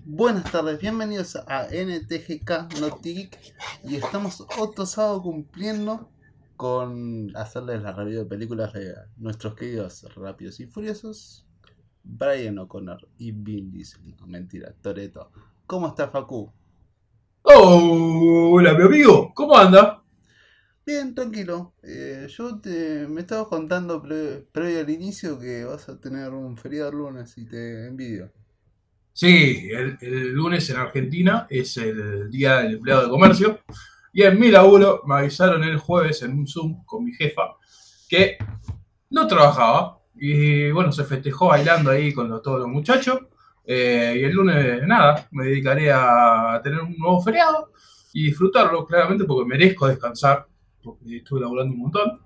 Buenas tardes, bienvenidos a NTGK Not Geek y estamos otro sábado cumpliendo con hacerles la review de películas de nuestros queridos Rápidos y Furiosos, Brian O'Connor y Vin Diesel. No, mentira, Toretto. ¿Cómo está Facu? Hola, mi amigo, ¿cómo anda? Bien, tranquilo. Me estaba contando previo al inicio que vas a tener un feriado el lunes y te envidio. Sí, el lunes en Argentina es el Día del Empleado de Comercio y en mi laburo me avisaron el jueves en un Zoom con mi jefa que no trabajaba y bueno, se festejó bailando ahí con todos los muchachos y el lunes nada, me dedicaré a tener un nuevo feriado y disfrutarlo claramente porque merezco descansar porque estuve laburando un montón.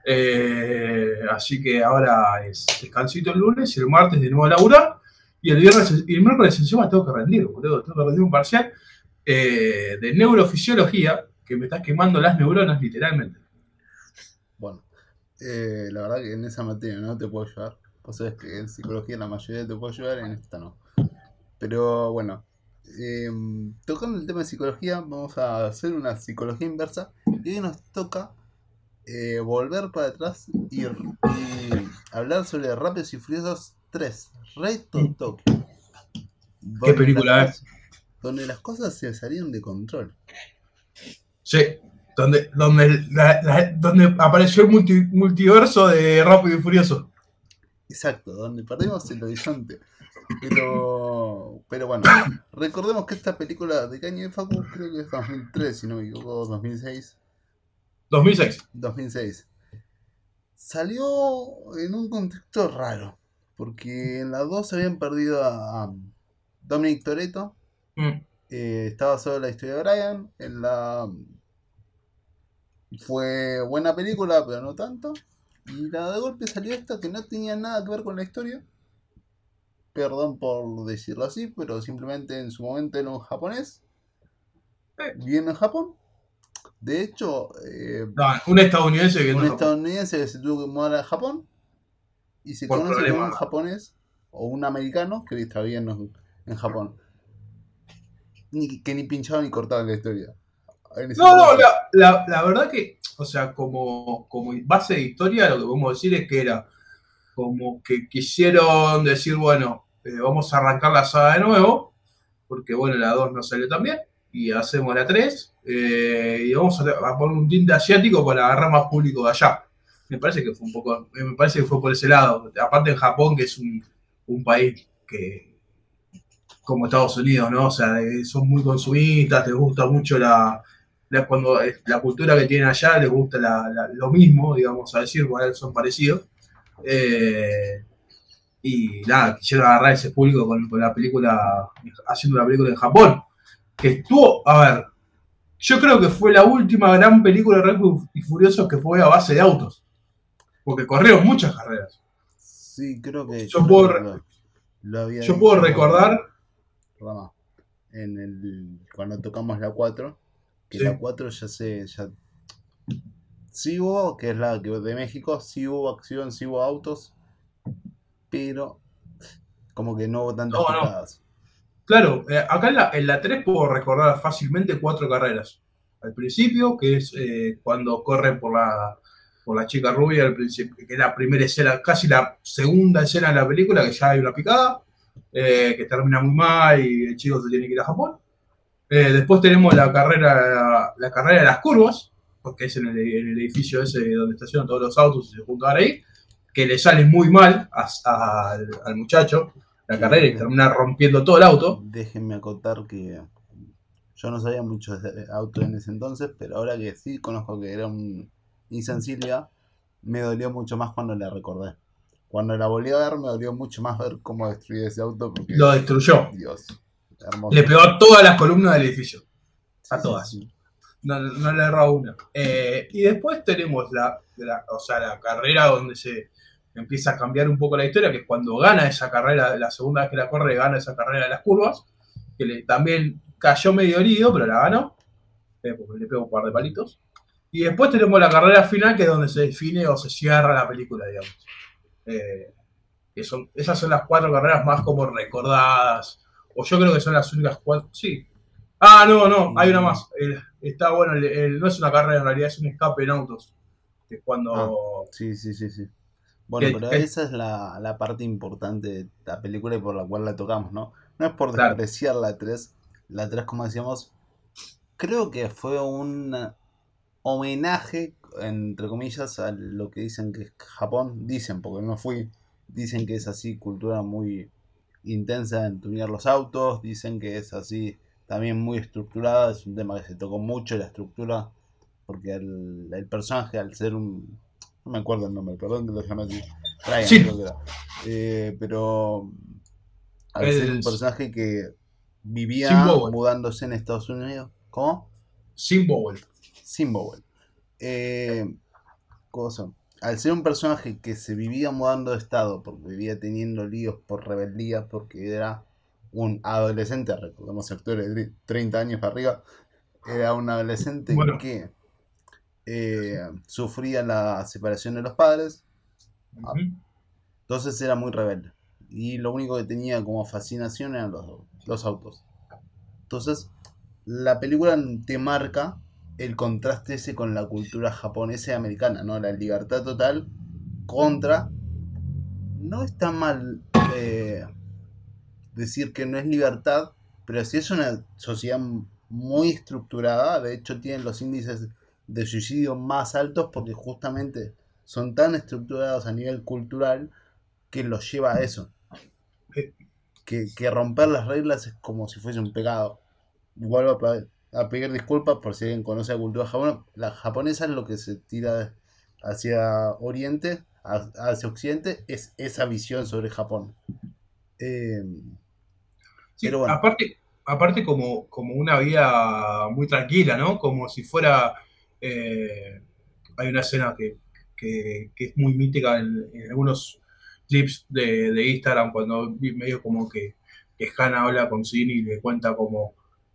Así que ahora es descansito el lunes y el martes de nuevo a laburar. Y el miércoles encima tengo que rendir, boludo. Tengo que rendir un parcial de neurofisiología que me está quemando las neuronas literalmente. Bueno, la verdad que en esa materia no te puedo ayudar. Vos sabés que en psicología la mayoría te puedo ayudar, en esta no. Pero bueno, tocando el tema de psicología, vamos a hacer una psicología inversa. Y hoy nos toca volver para atrás y hablar sobre Rápidos y Furiosos 3, Reto Tokio, ¿Qué donde las, película es? donde las cosas se salieron de control. Sí, donde apareció el multiverso de Rápido y Furioso. Exacto, donde perdimos el horizonte. Pero bueno, recordemos que esta película de Kanye de Facu creo que es 2003, si no me equivoco, 2006. 2006. 2006. Salió en un contexto raro, porque en la 2 se habían perdido a Dominic Toretto, Mm. estaba solo la historia de Brian, fue buena película, pero no tanto, y la de golpe salió esta que no tenía nada que ver con la historia, perdón por decirlo así, pero simplemente en su momento era un japonés, viviendo en Japón. De hecho, No, un estadounidense viviendo un en Japón. estadounidense que se tuvo que mudar a Japón y se Por conoce con un problemas. japonés o un americano que está viviendo en Japón. Que ni pinchaba ni cortaba la historia en ese No, no, entonces. la verdad que, o sea, como base de historia, lo que podemos decir es que era como que quisieron decir, bueno, vamos a arrancar la saga de nuevo, porque bueno, la 2 no salió tan bien, y hacemos la 3 y vamos a poner un tinte asiático para agarrar más público de allá. Me parece que fue un poco, me parece que fue por ese lado. Aparte en Japón, que es un país que, como Estados Unidos, ¿no? O sea, son muy consumistas, les gusta mucho cuando la cultura que tienen allá, les gusta lo mismo, digamos, a decir, bueno, son parecidos. Eh, y nada, quisieron agarrar ese público con la película, haciendo una película en Japón, que estuvo, a ver, yo creo que fue la última gran película de Rápido y Furiosos que fue a base de autos, porque corrieron muchas carreras. Sí, Yo creo que puedo, lo había yo puedo dicho recordar, Rama cuando tocamos la 4 que la sí, 4 sí hubo, que es la que de México, sí hubo acción, sí hubo autos, pero como que no hubo tantas no, no, picadas. claro, acá en la 3 puedo recordar fácilmente 4 carreras. Al principio, que es cuando corren por la chica rubia, al principio, que es la primera escena, casi la segunda escena de la película, que ya hay una picada, que termina muy mal y el chico se tiene que ir a Japón. Después tenemos la carrera de las curvas, porque es en el edificio ese donde estacionan todos los autos y se juntan ahí, que le sale muy mal al muchacho la Que carrera y termina rompiendo todo el auto. déjenme acotar que yo no sabía mucho de auto en ese entonces, pero ahora que sí conozco que era un Nissan Silvia, me dolió mucho más cuando la recordé. Cuando la volví a ver, me dolió mucho más ver cómo destruí ese auto, porque, Lo destruyó. Dios, Le hermoso. pegó a todas las columnas del edificio. Sí, A sí, sí, todas. sí. No le erró una. Y después tenemos o sea, la carrera donde se empieza a cambiar un poco la historia, que es cuando gana esa carrera, la segunda vez que la corre, gana esa carrera de las curvas, que también cayó medio herido, pero la ganó, porque le pegó un par de palitos. Y después tenemos la carrera final, que es donde se define o se cierra la película, digamos. Eh, esas son las 4 carreras más como recordadas o yo creo que son las únicas 4. Sí. Ah, no, no, hay una Mm, más. Está bueno, no es una carrera en realidad, es un escape en autos. Que es ah, cuando. sí, sí, sí, sí. Bueno, Que, pero que- esa es la parte importante de la película y por la cual la tocamos, ¿no? No es por claro. despreciar la 3 como decíamos, creo que fue un homenaje, entre comillas, a lo que dicen que es Japón. Dicen, porque no fui, dicen que es así, cultura muy intensa en tunear los autos, dicen que es así, también muy estructurada, es un tema que se tocó mucho la estructura, porque el personaje al ser un... No me acuerdo el nombre, perdón que lo llame así, Ryan Sí, creo que era. Pero al ser el un personaje que Sim vivía Bowel. mudándose en Estados Unidos, ¿cómo? Sim Bowel. Simbowel. Eh, cosa. Al ser un personaje que se vivía mudando de estado, porque vivía teniendo líos por rebeldía, porque era un adolescente, recordemos actores de 30 años para arriba, era un adolescente Bueno. que sufría la separación de los padres, Ujú. entonces era muy rebelde. Y lo único que tenía como fascinación eran los autos. Entonces, la película te marca el contraste ese con la cultura japonesa y americana, ¿no? La libertad total contra... No está mal decir que no es libertad, pero sí es una sociedad muy estructurada. De hecho, tienen los índices de suicidio más altos porque justamente son tan estructurados a nivel cultural que los lleva a eso. Eh, Que romper las reglas es como si fuese un pecado. Vuelvo a pedir disculpas por si alguien conoce la cultura japonesa. La japonesa es lo que se tira hacia Oriente, hacia Occidente, es esa visión sobre Japón. Eh, pero Sí, bueno, aparte como una vida muy tranquila, ¿no? Como si fuera. eh, Hay una escena que es muy mítica en algunos clips de Instagram, cuando medio como que Hannah habla con Cindy y le cuenta como.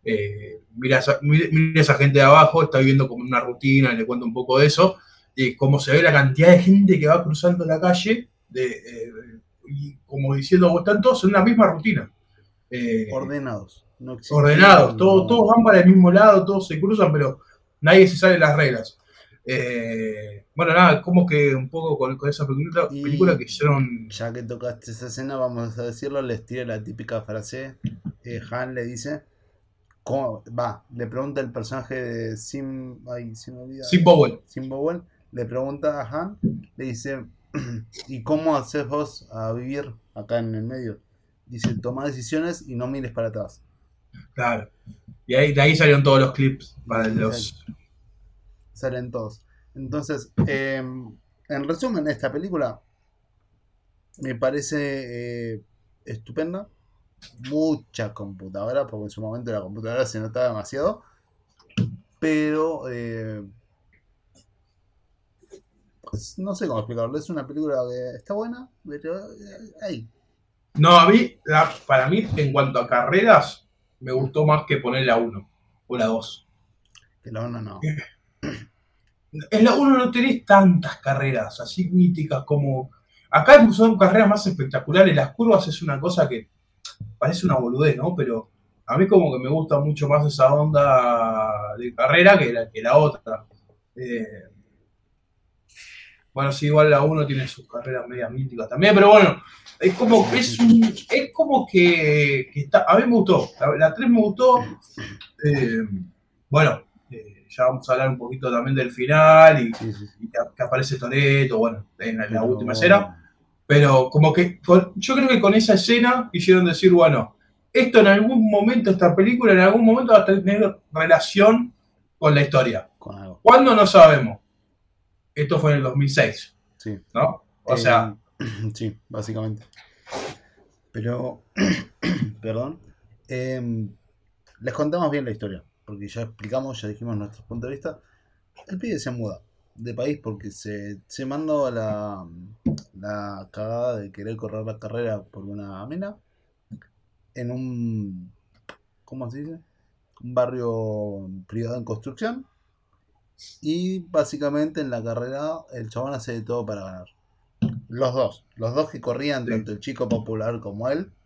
Mira esa gente de abajo, está viviendo como una rutina y le cuenta un poco de eso. Y como se ve la cantidad de gente que va cruzando la calle, y como diciendo, están todos en una misma rutina. Eh, ordenados. No Ordenados, existen, todos no. van para el mismo lado, todos se cruzan, pero nadie se sale las reglas. Bueno, nada, como que un poco con esa película Y que hicieron. ya que tocaste esa escena, vamos a decirlo, les tira la típica frase. Han le dice, ¿cómo? Va, le pregunta el personaje de Sim, ay, se me olvida, Sim Bowel. Sim Bowen, le pregunta a Han, le dice, ¿y cómo haces vos a vivir acá en el medio? Dice, toma decisiones y no mires para atrás. Claro. Y de ahí salieron todos los clips Y para de ahí los. salen todos. Entonces, en resumen, esta película me parece estupenda. Mucha computadora, porque en su momento la computadora se notaba demasiado. Pero pues, no sé cómo explicarlo. Es una película que está buena, pero ahí. No, a mí, para mí, en cuanto a carreras, me gustó más que poner la uno o la 2. Que la una no. En la uno no tenés tantas carreras así míticas como. Acá son carreras más espectaculares. Las curvas es una cosa que parece una boludez, ¿no? Pero a mí como que me gusta mucho más esa onda de carrera que la otra. Eh, bueno, sí, igual la uno tiene sus carreras medias míticas también, pero bueno, Sí, sí, sí. es como que está, a mí me gustó, la 3 me gustó. eh, bueno, ya vamos a hablar un poquito también del final Sí, sí, sí. y que aparece Toretto, bueno, en la última Pero escena. Pero como que yo creo que con esa escena quisieron decir, bueno, esto en algún momento, esta película en algún momento va a tener relación con la historia. con algo. ¿Cuándo? No sabemos. Esto fue en el 2006, Sí. ¿no? O sea, Eh, sí, básicamente. Pero, perdón. Les contamos bien la historia. Porque ya explicamos, ya dijimos nuestro punto de vista. El pibe se muda de país porque se mandó la cagada de querer correr la carrera por una mina en un, ¿cómo se dice? Un barrio privado en construcción. Y básicamente en la carrera el chabón hace de todo para ganar. Los dos que corrían, sí, tanto el chico popular como él,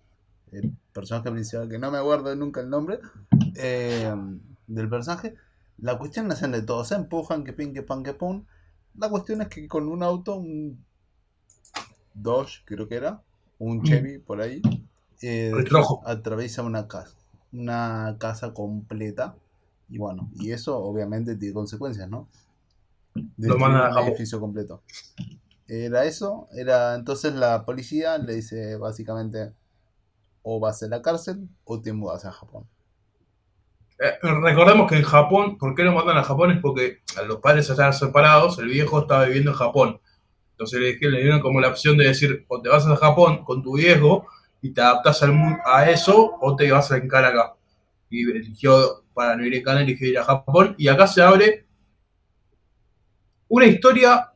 el personaje principal, que no me acuerdo nunca el nombre, eh, del personaje. La cuestión es de todo, se empujan, que pin, que pan, que pum. La cuestión es que con un auto, un Dodge creo que era, un Mm, Chevy por ahí, Rojo. atraviesa una casa completa. Y bueno, y eso obviamente tiene consecuencias, ¿no? Lo Destruir mandan a un Japón. edificio completo. Era eso, era entonces la policía le dice básicamente o vas a la cárcel o te mudas a Japón. Recordemos que en Japón, ¿por qué lo mandan a Japón? Es porque a los padres estaban separados, el viejo estaba viviendo en Japón. Entonces le dieron como la opción de decir, o te vas a Japón con tu viejo y te adaptas a eso, o te vas a encar acá. Y eligió, para no ir en Cana, eligió ir a Japón. Y acá se abre una historia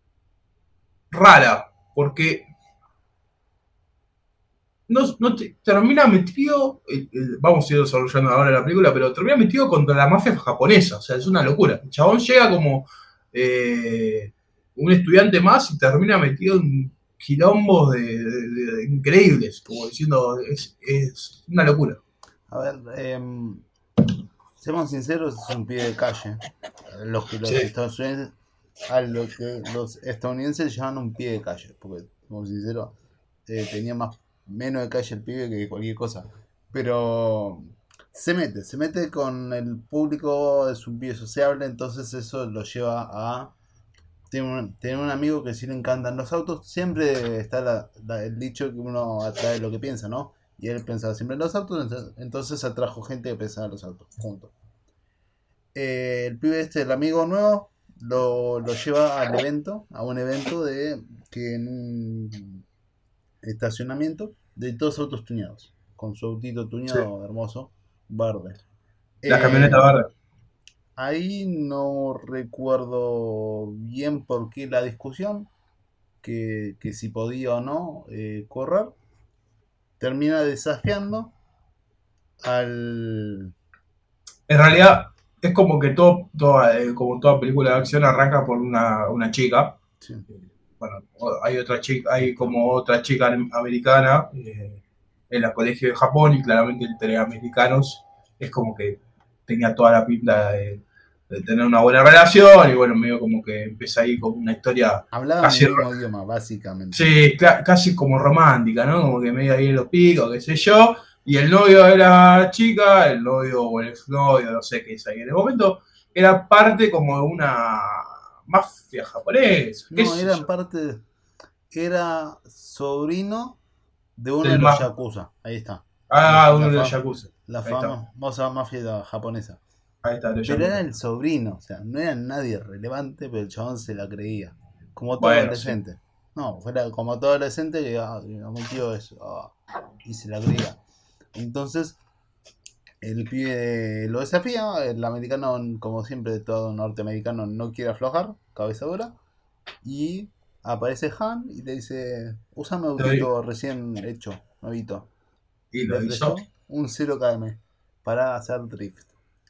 rara, porque termina metido, vamos a ir desarrollando ahora la película, pero termina metido contra la mafia japonesa, o sea, es una locura. El chabón llega como un estudiante más y termina metido en quilombos increíbles, como diciendo, es una locura. A ver, seamos sinceros, es un pie de calle. Los que Sí, los estadounidenses, a lo que los estadounidenses llaman un pie de calle, porque, seamos sinceros, tenía menos de calle el pibe que cualquier cosa. Pero se mete con el público, es un pibe sociable, entonces eso lo lleva a tener un amigo que sí le encantan los autos. Siempre está el dicho que uno atrae lo que piensa, ¿no? Y él pensaba siempre en los autos, entonces atrajo gente que pensaba en los autos, juntos. El pibe este, el amigo nuevo, lo lleva al evento, a un evento de que en un estacionamiento de todos autos tuneados, con su autito sí. tuneado hermoso, verde. La Eh, camioneta verde. Ahí no recuerdo bien por qué la discusión, que si podía o no correr, termina desafiando al... En realidad, es como que como toda película de acción arranca por una chica. Sí, Bueno, hay otra chica, hay como otra chica americana en la colegio de Japón y claramente entre americanos es como que tenía toda la pinta de tener una buena relación y bueno, medio como que empieza ahí como una historia hablaban el casi, mismo idioma, básicamente. sí, casi como romántica, ¿no? Como que medio ahí en los picos, qué sé yo, y el novio de la chica, el novio o el exnovio, no sé qué es ahí en el momento, era parte como de una mafia japonesa, qué No, sé era en yo, parte... Era sobrino de uno de del los más. Yakuza. Ahí está. Ah, uno de los Yakuza. La Ahí está. famosa mafia japonesa. Ahí está, los Pero era Yakuza. el sobrino, o sea, no era nadie relevante, pero el chabón se la creía. Como todo Bueno, sí. adolescente. No, fuera como todo adolescente que mi tío es. Y se la creía. Entonces, el pibe lo desafía. El americano, como siempre, todo norteamericano, no quiere aflojar, cabeza dura. Y aparece Han y le dice: Usa mi autito recién hecho, nuevito. Y Le lo hizo. prestó un 0 km para hacer drift.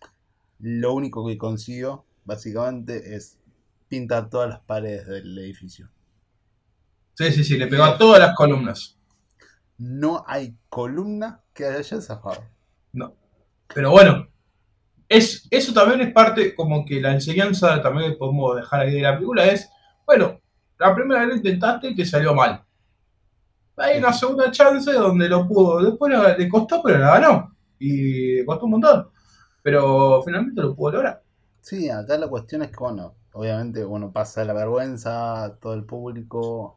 Lo único que consiguió, básicamente, es pintar todas las paredes del edificio. Sí, sí, sí, le Y pegó a todas las columnas. no hay columna que haya zafado. No. Pero bueno, eso también es parte, como que la enseñanza también que podemos dejar ahí de la película es, bueno, la primera vez lo intentaste y te salió mal. Hay Sí, una sí. segunda chance donde lo pudo, después le costó, pero la ganó. Y le costó un montón. Pero finalmente lo pudo lograr. Sí, acá la cuestión es que, bueno, obviamente, bueno, pasa la vergüenza, todo el público,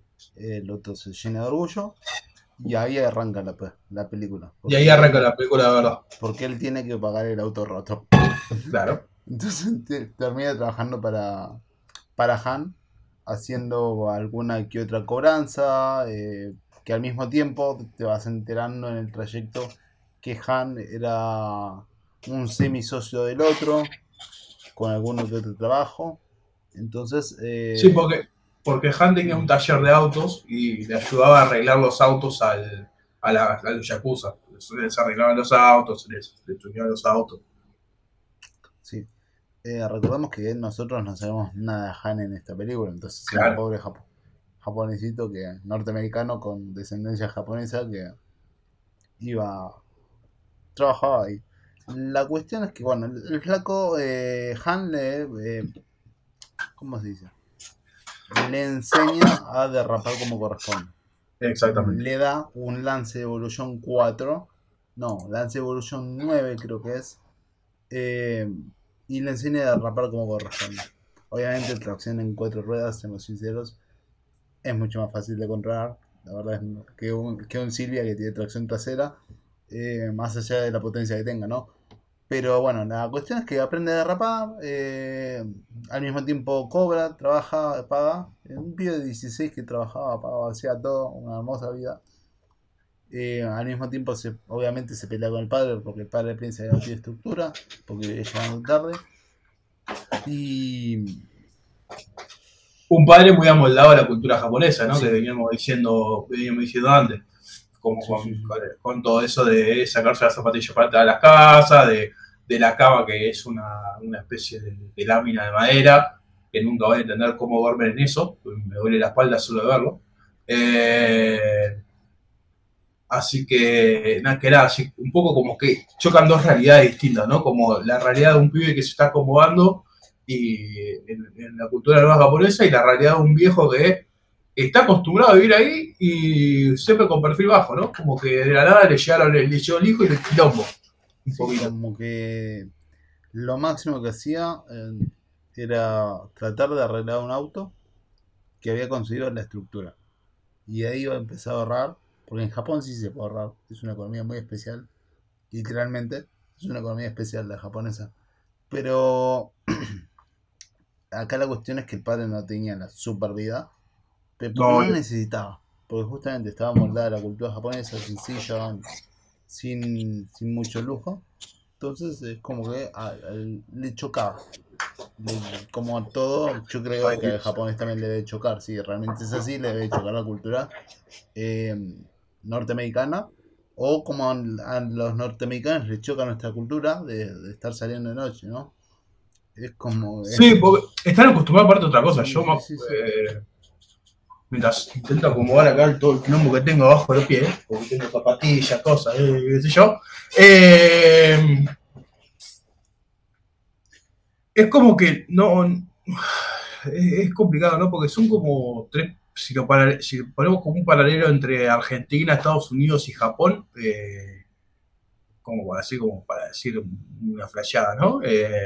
el otro se llena de orgullo, y ahí arranca la película. Y ahí arranca la película de verdad. Porque él tiene que pagar el auto roto. Claro. Entonces termina trabajando para Han, haciendo alguna que otra cobranza, que al mismo tiempo te vas enterando en el trayecto que Han era un semi socio del otro, con alguno que otro trabajo. Entonces, Sí, porque Han tenía un taller de autos y le ayudaba a arreglar los autos a los Yakuza. Les arreglaban los autos, les tuneaban los autos. sí. Recordemos que nosotros no sabemos nada de Han en esta película, entonces es un Claro. pobre japonesito norteamericano con descendencia japonesa que iba, trabajaba ahí. La cuestión es que, bueno, el flaco Han ¿cómo se dice? Le enseña a derrapar como corresponde. Exactamente. Le da un Lance Evolution 4, no, Lance Evolution 9 creo que es, eh, y le enseña a derrapar como corresponde. Obviamente tracción en cuatro ruedas, seamos sinceros, es mucho más fácil de controlar, la verdad es que un Silvia que tiene tracción trasera, más allá de la potencia que tenga, ¿no? Pero bueno, la cuestión es que aprende a derrapar, al mismo tiempo cobra, trabaja, paga. Un pibe de 16 que trabajaba, pagaba, hacía todo, una hermosa vida. Al mismo tiempo, obviamente, se pelea con el padre porque el padre piensa que no tiene estructura, porque es llegando tarde. Y. Un padre muy amoldado a la cultura japonesa, ¿no? Que Sí, veníamos diciendo antes, como sí, sí, sí. con todo eso de sacarse las zapatillas para entrar a las casas, de la cama que es una especie de lámina de madera, que nunca voy a entender cómo duermen en eso, me duele la espalda solo de verlo. Eh, Así que nada, así, un poco como que chocan dos realidades distintas, ¿no? Como la realidad de un pibe que se está acomodando en la cultura nueva japonesa y la realidad de un viejo que está acostumbrado a vivir ahí y siempre con perfil bajo, ¿no? Como que de la nada le llegó el hijo y le quilombo un Sí, poquito. como que lo máximo que hacía era tratar de arreglar un auto que había conseguido la estructura. Y ahí iba a empezar a ahorrar, porque en Japón sí se puede ahorrar, es una economía muy especial, literalmente, es una economía especial la japonesa. Pero acá la cuestión es que el padre no tenía la super vida, pero porque No, no necesitaba, porque justamente estaba moldada la cultura japonesa, sencilla, sin mucho lujo. Entonces es como que le chocaba. Como a todo, yo creo que al japonés también le debe chocar. Si realmente es así, le debe chocar la cultura eh, norteamericana. O como a los norteamericanos les choca nuestra cultura de estar saliendo de noche, ¿no? Es como. sí, porque están acostumbrados aparte a otra cosa. Sí, sí, sí, sí. Mientras intento acomodar acá todo el quilombo que tengo abajo de los pies, porque tengo zapatillas, cosas, qué sé yo. Eh, es como que no. Es complicado, ¿no? Porque son como tres. Si ponemos como un paralelo entre Argentina, Estados Unidos y Japón, como para decir una flasheada, ¿no?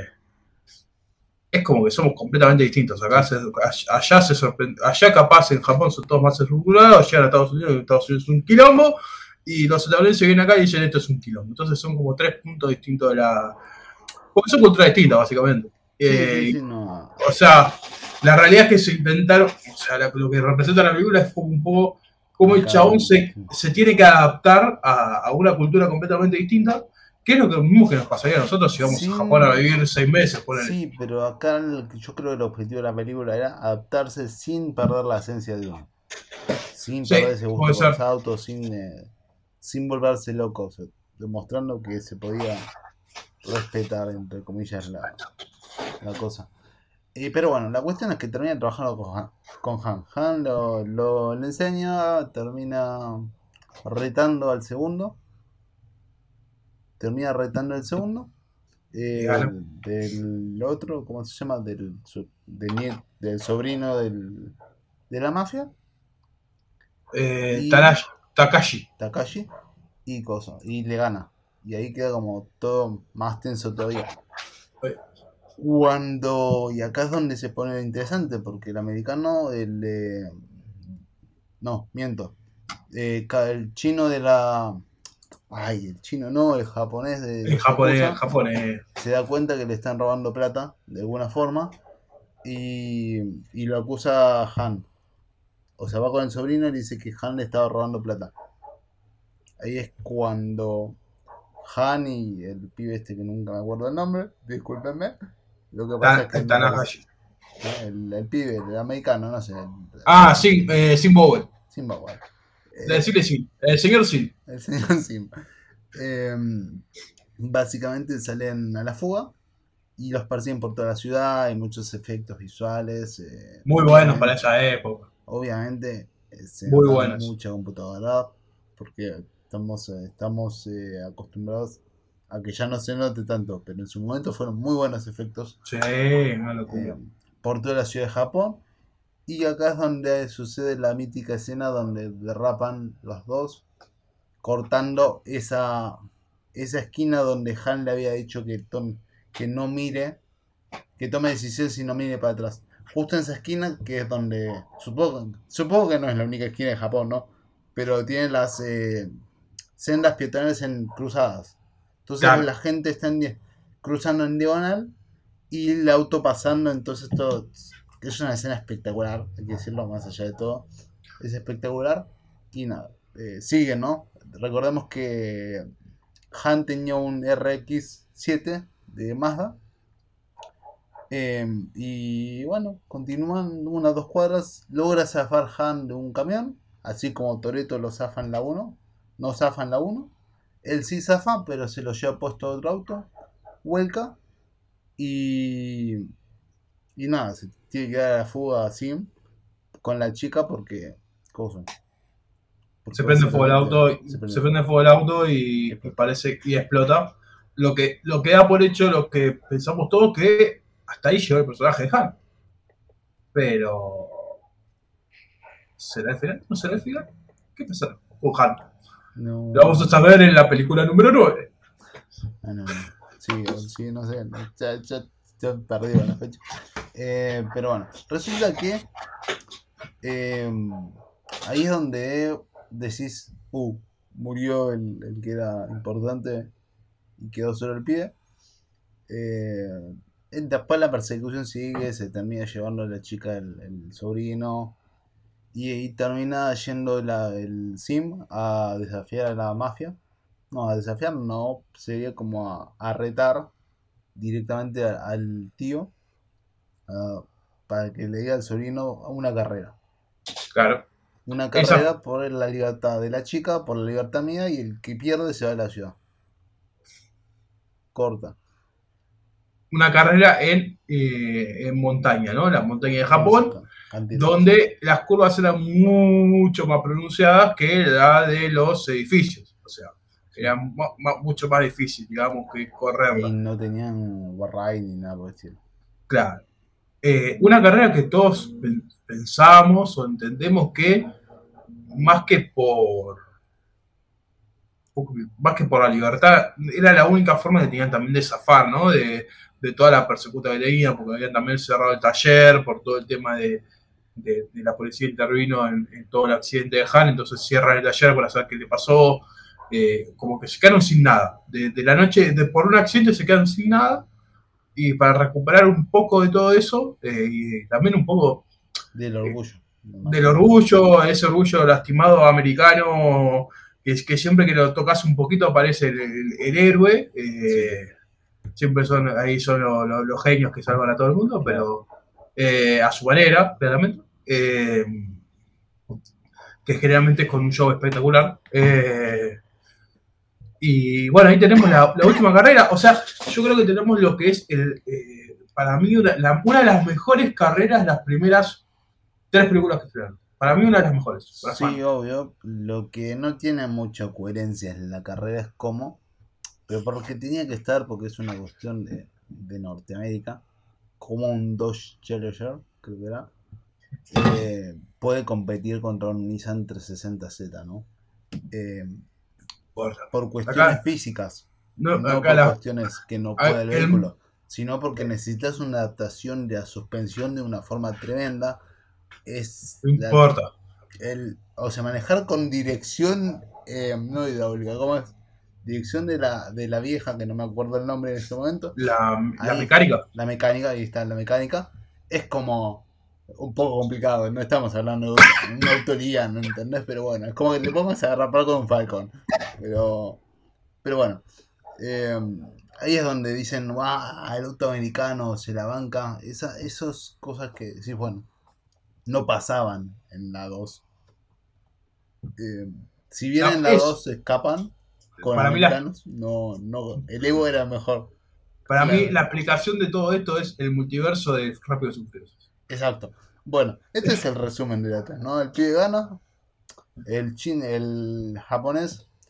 Es como que somos completamente distintos. Sí. Allá se sorprende, allá capaz en Japón son todos más estructurados, allá en Estados Unidos es un quilombo, y los estadounidenses vienen acá y dicen esto es un quilombo. Entonces son como tres puntos distintos de la. Porque son culturas distintas, básicamente. Sí, sí, sí, no. O sea, la realidad es que se inventaron, o sea, lo que representa la película es como un poco cómo el Acá. chabón Sí. se tiene que adaptar a una cultura completamente distinta, que es lo que mismo que nos pasaría a nosotros si vamos a Japón a Sin. vivir 6 meses, ponele. Sí, pero acá yo creo que el objetivo de la película era adaptarse sin perder la esencia de uno. Sin Sí, perder ese puede gusto por ser. los autos, sin volverse loco, demostrando que se podía respetar, entre comillas, la cosa. Pero bueno, la cuestión es que termina trabajando con Han. Han le enseña, termina retando al segundo, termina retando al segundo, Y gana. del otro, ¿cómo se llama? Del sobrino de la mafia, y Takashi. Takashi, y cosa, y le gana. Y ahí queda como todo más tenso todavía. Y acá es donde se pone interesante, porque el americano, no, miento. El chino de la. Ay, el chino no, el japonés de En los Yakuza japonés. se da cuenta que le están robando plata de alguna forma y lo acusa a Han. O sea, va con el sobrino y le dice que Han le estaba robando plata. Ahí es cuando Han y el pibe este que nunca me acuerdo el nombre, discúlpenme, lo que pasa es que me parece. Tanahashi. El pibe, el americano, no sé, Ah, sí, Sin Bowen. Simba, bueno. De Eh, decirle sí. El señor sí. el señor Simba. Eh, Básicamente salen a la fuga y los persiguen por toda la ciudad, hay muchos efectos visuales, Muy buenos para esa época. obviamente se Muy nota buenos. mucha computadora porque estamos acostumbrados a que ya no se note tanto, pero en su momento fueron muy buenos efectos Sí, una eh, locura. por toda la ciudad de Japón. Y acá es donde sucede la mítica escena donde derrapan los dos, cortando esa esquina donde Han le había dicho que no mire, que tome decisiones y no mire para atrás. Justo en esa esquina, que es donde, supongo que no es la única esquina de Japón, ¿no? Pero tiene las sendas peatonales cruzadas. Entonces Claro, la gente está cruzando en diagonal y el auto pasando, entonces todo es una escena espectacular, hay que decirlo, más allá de todo, es espectacular. Y nada, sigue, ¿no? Recordemos que Han tenía un RX-7 de Mazda. Y bueno, continúan unas 2 cuadras, logra zafar Han de un camión, así como Toretto lo zafa en la uno, no zafa en la uno. Él sí zafa, pero se lo lleva puesto a otro auto, vuelca y, y nada, se tiene que dar a la fuga así con la chica porque, ¿cómo fue? Porque se prende fuego el básicamente auto, se prende se fuego. prende fuego el auto Y y explota. parece y explota. Lo que da por hecho, lo que pensamos todos, que hasta ahí llegó el personaje de Han. Pero, ¿será el final? ¿No será el final? ¿Qué pasará con Han? Lo vamos a No, saber en la película número 9. no. Sí, sí, no sé, ya perdí la fecha. Pero bueno, resulta que eh, ahí es donde decís, murió el que era importante y quedó solo el pie. Después la persecución sigue, se termina llevando a la chica el sobrino y termina yendo el Sim a desafiar a la mafia. No, a desafiar no, sería como a retar directamente al tío, ah, para que le diga al sobrino a una carrera. Claro. Una Esa carrera por la libertad de la chica, por la libertad mía, y el que pierde se va a la ciudad. Corta. una carrera en montaña, ¿no? La montaña de Japón, Exacto. Cantilares. donde las curvas eran mucho más pronunciadas que la de los edificios. O sea, Sí. era mucho más difícil, digamos, que Y correrla. no tenían barray ni nada por el estilo. Claro. Una carrera que todos pensamos o entendemos que más que por más que por la libertad, era la única forma que tenían también de zafar, ¿no? De toda la persecuta que tenían, porque habían también cerrado el taller por todo el tema de la policía intervino en todo el accidente de Han, entonces cierran el taller para saber qué le pasó, como que se quedaron sin nada. De la noche, por un accidente se quedan sin nada, y para recuperar un poco de todo eso, y también un poco Del eh, orgullo, más del que nada. orgullo, ese orgullo lastimado americano, que siempre que lo tocas un poquito aparece el héroe. Sí, Siempre ahí son los genios que salvan a todo el mundo, claro. pero a su manera, claramente. Que generalmente es con un show espectacular. Y bueno, ahí tenemos la última carrera. O sea, yo creo que tenemos lo que es para mí una de las mejores carreras, las primeras 3 películas que estrenaron. Para mí una de las mejores, para Sí, fan. obvio. Lo que no tiene mucha coherencia en la carrera es cómo, pero porque tenía que estar, porque es una cuestión de Norteamérica, como un Dodge Challenger, creo que era, puede competir contra un Nissan 360Z, ¿no? Eh, Por, por cuestiones acá, físicas, no, no acá por cuestiones que no pueda el el, vehículo, sino porque necesitas una adaptación de la suspensión de una forma tremenda. Es no importa. o sea, manejar con dirección, no hidráulica, ¿cómo es? Dirección de la vieja, que no me acuerdo el nombre en este momento. La Ahí, mecánica. la mecánica, ahí está la mecánica. Es como un poco complicado, no estamos hablando de un autoría, ¿no entendés? Pero bueno, es como que te pongas a agarrar con un Falcon. Pero, pero bueno, eh, ahí es donde dicen, el auto americano se la banca. Esas cosas que decís, bueno, no pasaban en la 2. Eh, si bien en la Es, 2 se escapan con para mí la, americanos, no, no, el Evo era mejor. para mí la Claro, aplicación de todo esto es el multiverso de Rápidos y Furiosos. exacto. Bueno, es el resumen de la 3, ¿no? El pibe gana, el japonés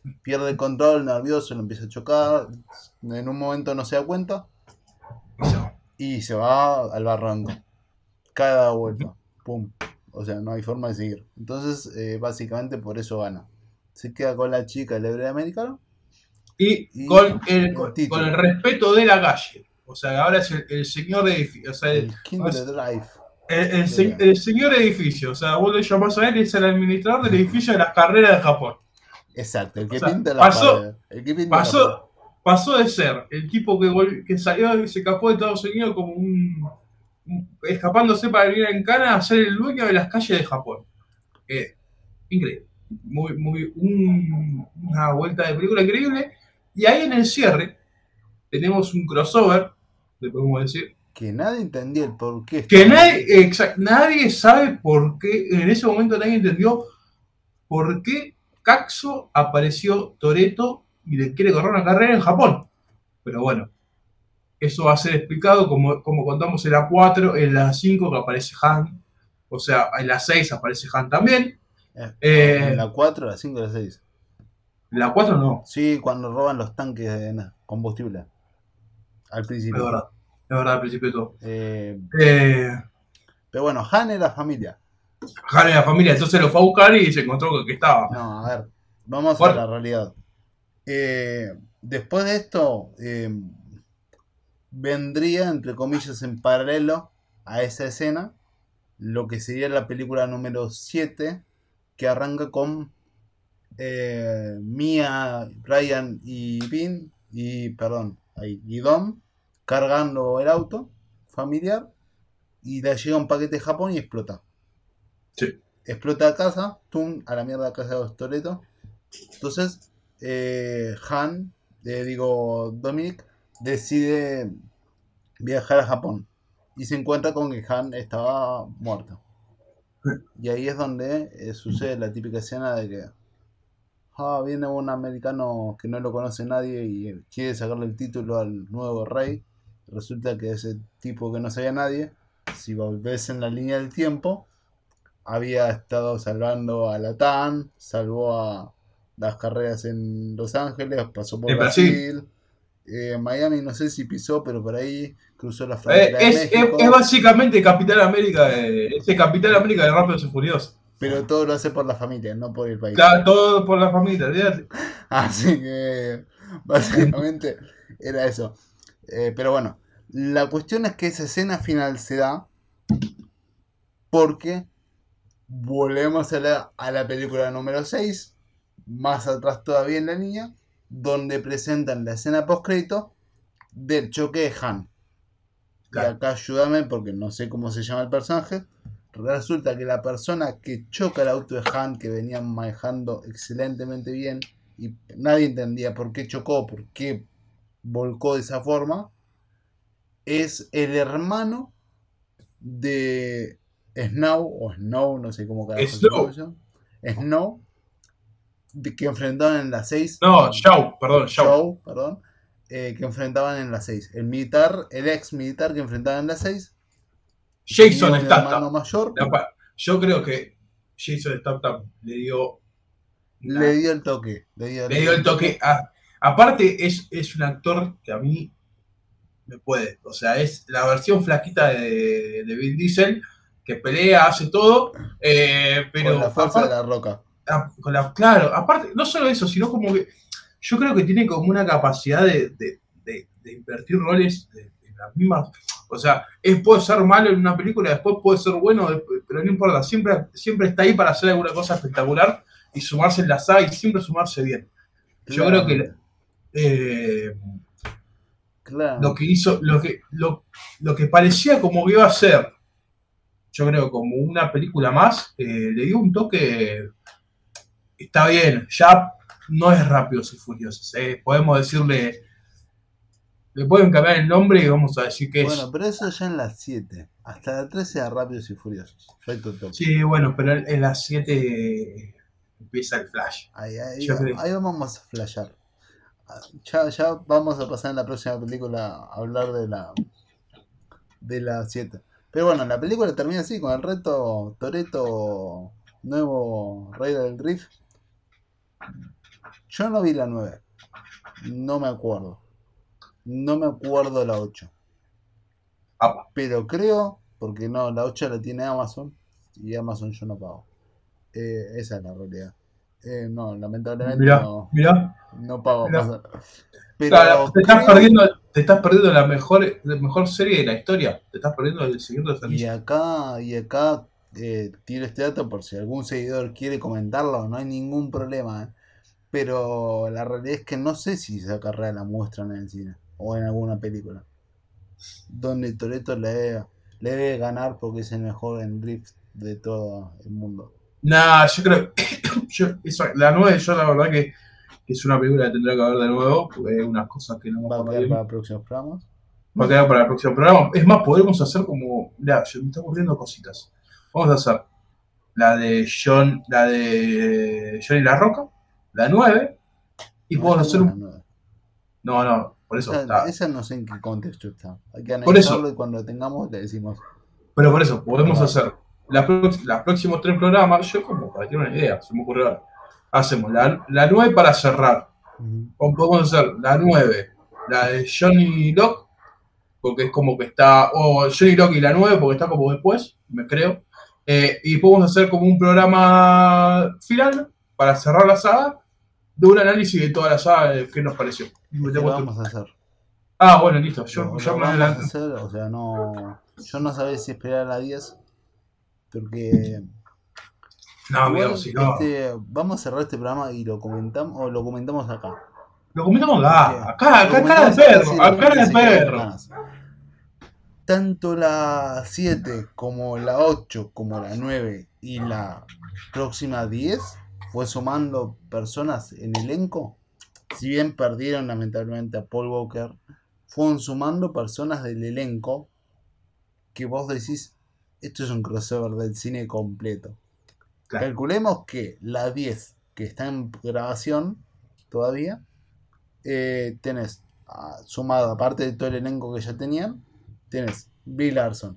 pierde el control, nervioso, lo empieza a chocar, en un momento no se da cuenta y se va al barranco. Cada vuelta, pum. O sea, no hay forma de seguir. Entonces, básicamente por eso gana. Se queda con la chica del hebreo americano Y y el con el título, respeto de la calle. O sea, ahora es el señor edificio. O sea, el Kindred Drive. el señor edificio. O sea, vos lo llamás a él, es el administrador del edificio de las carreras de Japón. Exacto, el O que sea, pinta las paredes. El que pinta las paredes. pasó de ser el tipo que salió y se escapó de Estados Unidos como escapándose para vivir en Cana a ser el dueño de las calles de Japón. Increíble. Una vuelta de película increíble. Y ahí en el cierre tenemos un crossover, le podemos decir, Que nadie entendía el por qué que estaban ahí. nadie sabe por qué, en ese momento nadie entendió por qué Caxo apareció Toretto y le quiere correr una carrera en Japón. Pero bueno, eso va a ser explicado como contamos en la 4, en la 5 que aparece Han, o sea, en la 6 aparece Han también. En En la 4, la 5, la 6. la 4 no, Sí, cuando roban los tanques de combustible. Al es principio. verdad, es verdad al principio de todo. Eh, Eh, pero bueno, Han era familia. Han y la familia, entonces lo fue a buscar y se encontró que estaba. No, a ver, vamos a la Bueno, realidad. Después de esto, vendría, entre comillas, en paralelo a esa escena, lo que sería la película número 7, que arranca con Mia, Ryan y Vin, y Dom, cargando el auto familiar, y le llega un paquete de Japón y explota. sí, Explota a casa, tum, a la mierda a casa de los Toretos. Entonces, Dominic, decide viajar a Japón y se encuentra con que Han estaba muerto. Y ahí es donde sucede la típica escena de que viene un americano que no lo conoce nadie y quiere sacarle el título al nuevo rey. Resulta que ese tipo que no sabía nadie, si volvés en la línea del tiempo, había estado salvando a Latam, salvó a las carreras en Los Ángeles, pasó por en Brasil. Brasil, Miami no sé si pisó, pero por ahí cruzó la frontera de Es México, básicamente Capitán América, ese Capitán América de Rápidos y Furiosos. pero todo lo hace por la familia, no por el país. Claro, todo por la familia, olvídate. Así que básicamente era eso. Pero bueno, la cuestión es que esa escena final se da porque volvemos a la película número 6, más atrás todavía en la línea, donde presentan la escena post-crédito del choque de Han. Y Claro. acá ayúdame porque no sé cómo se llama el personaje. Resulta que la persona que choca el auto de Han, que venían manejando excelentemente bien, y nadie entendía por qué chocó, por qué volcó de esa forma, es el hermano de Snow, no sé cómo carajo se Slow. pronuncia, Snow, que enfrentaban en la 6, No, Shaw, perdón, Shaw. Show, perdón, que enfrentaban en la 6. El militar, el ex militar que enfrentaban en la 6, tenía Jason un hermano Statham. mayor, Yo creo que Jason Statham le dio le una, dio el toque, le dio le dio el el toque. toque. Aparte, es un actor que a mí me puede. O sea, es la versión flaquita de Vin Diesel, que pelea, hace todo, Con la pero fuerza de aparte, la roca. claro, aparte, no solo eso, sino como que yo creo que tiene como una capacidad de invertir roles de las mismas. O sea, puede ser malo en una película, después puede ser bueno, pero no importa, siempre está ahí para hacer alguna cosa espectacular y sumarse en la saga y siempre sumarse bien. Yo creo que Claramente, eh, lo que claramente. hizo, lo que parecía como que iba a ser, yo creo, como una película más, le dio un toque, está bien, ya no es Rápidos y Furiosos, podemos decirle, le pueden cambiar el nombre y vamos a decir que Bueno, es, pero eso ya en las 7. Hasta la 13 era Rápidos y Furiosos. Recto Tokio. sí, bueno, pero en las 7 empieza el flash. Yo creo, Ahí vamos a flashear. Ya vamos a pasar en la próxima película a hablar de la 7. Pero bueno, la película termina así, con el reto Toretto, nuevo rey del Riff, Yo no vi la 9. No me acuerdo. No me acuerdo la 8. Apa. Pero creo, porque no, la 8 la tiene Amazon. Y Amazon yo no pago. Esa es la realidad. No, lamentablemente Mirá, no, mirá, no pago mirá. Amazon. Claro, Pero creo, te estás perdiendo la mejor serie de la historia. Te estás perdiendo el Señor de los y Anillos. acá tiro este dato por si algún seguidor quiere comentarlo, no hay ningún problema. Pero la realidad es que no sé si esa carrera la muestran en el cine o en alguna película. Donde Toretto le debe ganar porque es el mejor en drift de todo el mundo. Nah, yo creo la 9 yo la verdad que es una película que tendré que ver de nuevo, porque hay unas cosas que no me Va a acuerdo quedar bien. para próximos programas. Va a quedar para el próximo programa. Es más, podemos hacer como. Mirá, me están ocurriendo cositas. Vamos a hacer la de Johnny La Roca, la 9, y No es podemos hacer ninguna un. nueva. No, por eso está. Esa no sé en qué contexto está. Hay que Por eso, analizarlo y cuando lo tengamos le decimos. pero por eso, podemos Raro. hacer los próximos 3 programas. Yo, como para tener una idea, se me ocurrió ahora. Hacemos la 9 para cerrar. O podemos hacer la 9, la de Johnny Locke, porque es como que está. O Johnny Locke y la 9, porque está como después, me creo. Y podemos hacer como un programa final para cerrar la saga, de un análisis de toda la saga, de qué nos pareció. Es que lo vamos a hacer. Ah, bueno, listo. Yo Lo me vamos a adelanto. hacer, o sea, no. Yo no sabía si esperar a la 10. Porque No, amigo, igual si no. vamos a cerrar este programa y lo comentamos o lo comentamos acá. Lo comentamos Porque acá, lo cara de comentamos acá perro, si la a cara gente de se queda con perro. ganas. Tanto la 7 como la 8 como la 9 y la próxima 10 fue sumando personas en elenco. Si bien perdieron lamentablemente a Paul Walker, fueron sumando personas del elenco que vos decís, esto es un crossover del cine completo. Claro. Calculemos que la 10 que está en grabación todavía, tenés sumado, aparte de todo el elenco que ya tenían, tenés Bill Larson,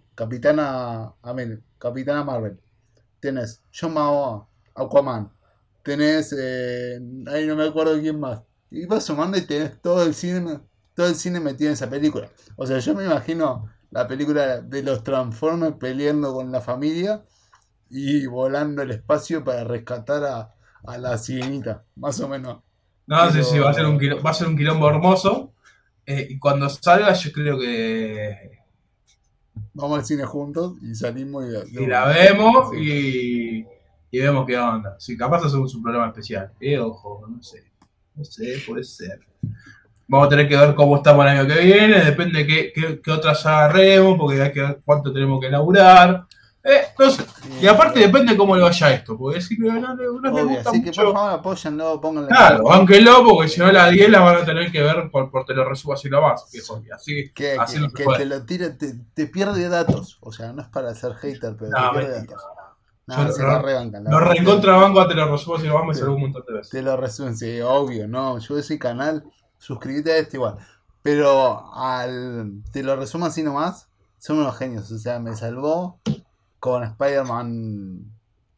Capitana Marvel, tenés John Mao, Aquaman, tenés, ahí no me acuerdo quién más, y vas sumando y tenés todo el cine metido en esa película. O sea, yo me imagino la película de los Transformers peleando con la familia y volando el espacio para rescatar a la sirenita, más o menos. No, sí, Pero va a ser un quilombo hermoso. Y cuando salga, yo creo que. vamos al cine juntos y salimos de Y la una. vemos Sí. y vemos qué onda. Si capaz hacemos un programa especial. Ojo, no sé. No sé, puede ser. Vamos a tener que ver cómo estamos el año que viene. Depende qué otras agarremos, porque hay que ver cuánto tenemos que elaborar. No sé. Y aparte depende cómo le vaya esto, porque si no le Obvio, gusta así que por mucho. favor apóyenlo, pónganle me Claro, gusta. aunque no, porque si no la 10 la van a tener que ver por Teleresumo así nomás, viejo. Y así no se Que te puede. lo tire, te pierde datos. O sea, no es para ser hater, pero te No, pierde mentira. datos. Yo Nada, se la rebancan, la lo verdad. reencontrabanco a Teleresumo así nomás, me Te, salió un montón de veces. te lo resumen, sí, obvio, no. Yo ese canal, suscríbete a este igual. Pero te lo resumo así nomás, son unos genios. O sea, me salvó con Spider-Man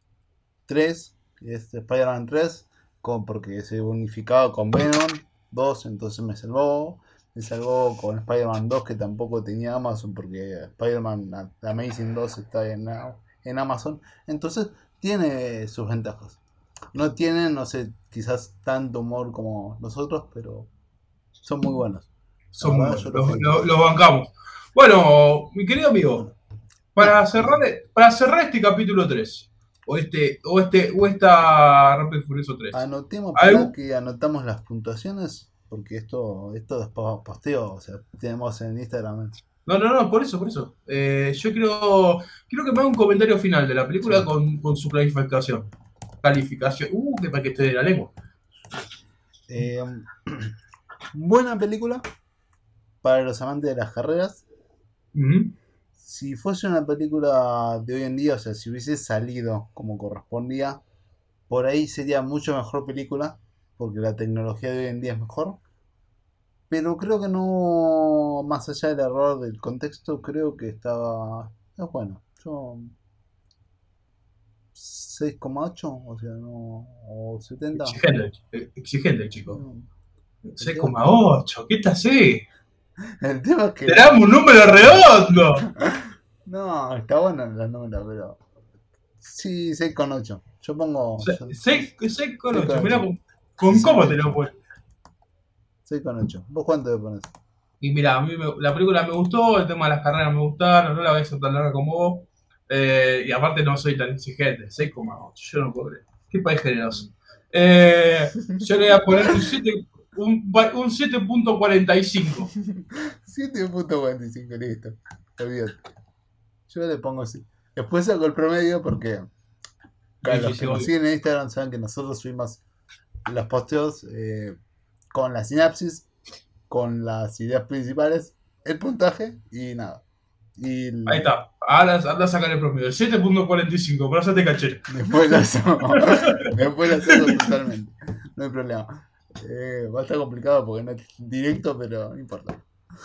3, que es Spider-Man 3, porque se unificaba con Venom 2, entonces me salvó. Me salvó con Spider-Man 2, que tampoco tenía Amazon, porque Spider-Man Amazing 2 está en Amazon. Entonces tiene sus ventajas. No tienen, no sé, quizás tanto humor como los otros, pero son muy buenos. La Son muy verdad, yo buenos, los felicito. los bancamos. Bueno, mi querido amigo, Bueno, nada, para cerrar este capítulo 3, o esta Rápido y Furioso 3, anotemos, para ¿algo? que anotamos las puntuaciones, porque esto después posteo, o sea, tenemos en Instagram. No, por eso. Yo quiero que me haga un comentario final de la película Sí. con su calificación. Que para que esté de la lengua. Eh, buena película para los amantes de las carreras. Ujú. Si fuese una película de hoy en día, o sea, si hubiese salido como correspondía, por ahí sería mucho mejor película, porque la tecnología de hoy en día es mejor. Pero creo que no, más allá del error del contexto, creo que es bueno. Yo 6,8, o sea, no, o 70. Exigente, chico. No, el tema, 6,8, ¿qué te hace? el tema es que Te no. damos un número redondo. No, está bueno la número, pero sí, 6,8. Yo pongo 6,8, mirá 6,8. con cómo te lo pones. 6,8. ¿Vos cuánto le pones? Y mira, a mí la película me gustó, el tema de las carreras me gustaron, no la voy a hacer tan larga como vos. Y aparte no soy tan exigente, 6,8, yo no puedo creer. Qué país generoso. Yo le voy a poner un 7,45. 7,45, listo. Olvídate. Yo le pongo así. Después saco el promedio porque claro, los que nos siguen en Instagram saben que nosotros subimos los posteos con la sinapsis, con las ideas principales, el puntaje y nada. Y Ahí está. Ahora anda a sacar el promedio. 7,45, pero ya te caché. después lo hacemos. Después lo hacemos totalmente. No hay problema. Va a estar complicado porque no es directo, pero no importa.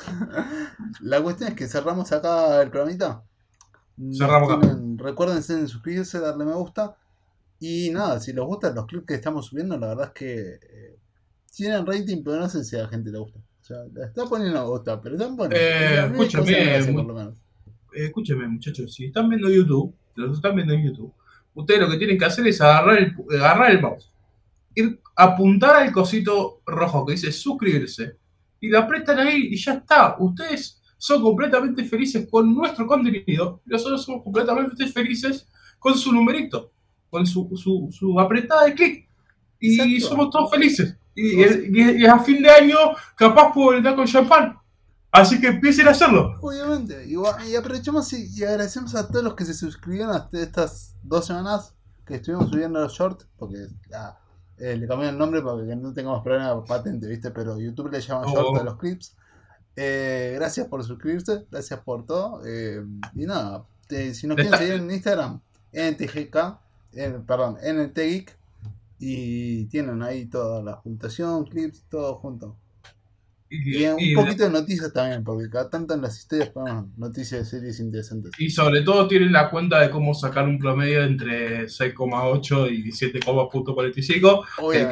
La cuestión es que cerramos acá el programita. Cerramos acá. Recuérdense en suscribirse, darle me gusta. Y nada, si les gustan los clips que estamos subiendo, la verdad es que tienen rating, pero no sé si a la gente le gusta. O sea, la está poniendo me gusta, pero están buenos. A mí me causa gracia, por lo menos. Escúcheme, muchachos, si están viendo YouTube, los están viendo en YouTube, ustedes lo que tienen que hacer es agarrar el mouse, apuntar al cosito rojo que dice suscribirse y lo apretan ahí y ya está. Ustedes son completamente felices con nuestro contenido y nosotros somos completamente felices con su numerito, con su apretada de clic y Exacto. somos todos felices. Y a fin de año capaz puedo brindar con champán. Así que empiecen a hacerlo. Obviamente. Y aprovechamos y agradecemos a todos los que se suscribieron hasta estas 2 semanas que estuvimos subiendo los shorts. Porque le cambié el nombre para que no tengamos problema patente, ¿viste? Pero YouTube le llama short a los clips. Gracias por suscribirse. Gracias por todo. Y nada. Si nos quieren seguir en Instagram, NTGK, NTGeek. Y tienen ahí toda la juntación, clips, todo junto. Y un poquito de noticias también, porque cada tanto en las historias ponemos noticias de series interesantes. Y sobre todo tienen la cuenta de cómo sacar un promedio entre 6,8 y 7,45.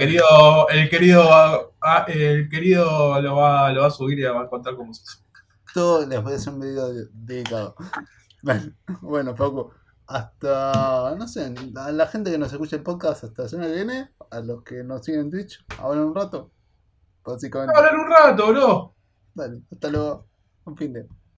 El querido lo va a subir y va a contar cómo se hace. Todo les voy a hacer un video dedicado. Bueno, Paco, hasta, no sé, a la gente que nos escucha el podcast, hasta la semana que viene, a los que nos siguen en Twitch, ahora un rato, básicamente. Hablar un rato, bro. Dale, hasta luego, un fin de.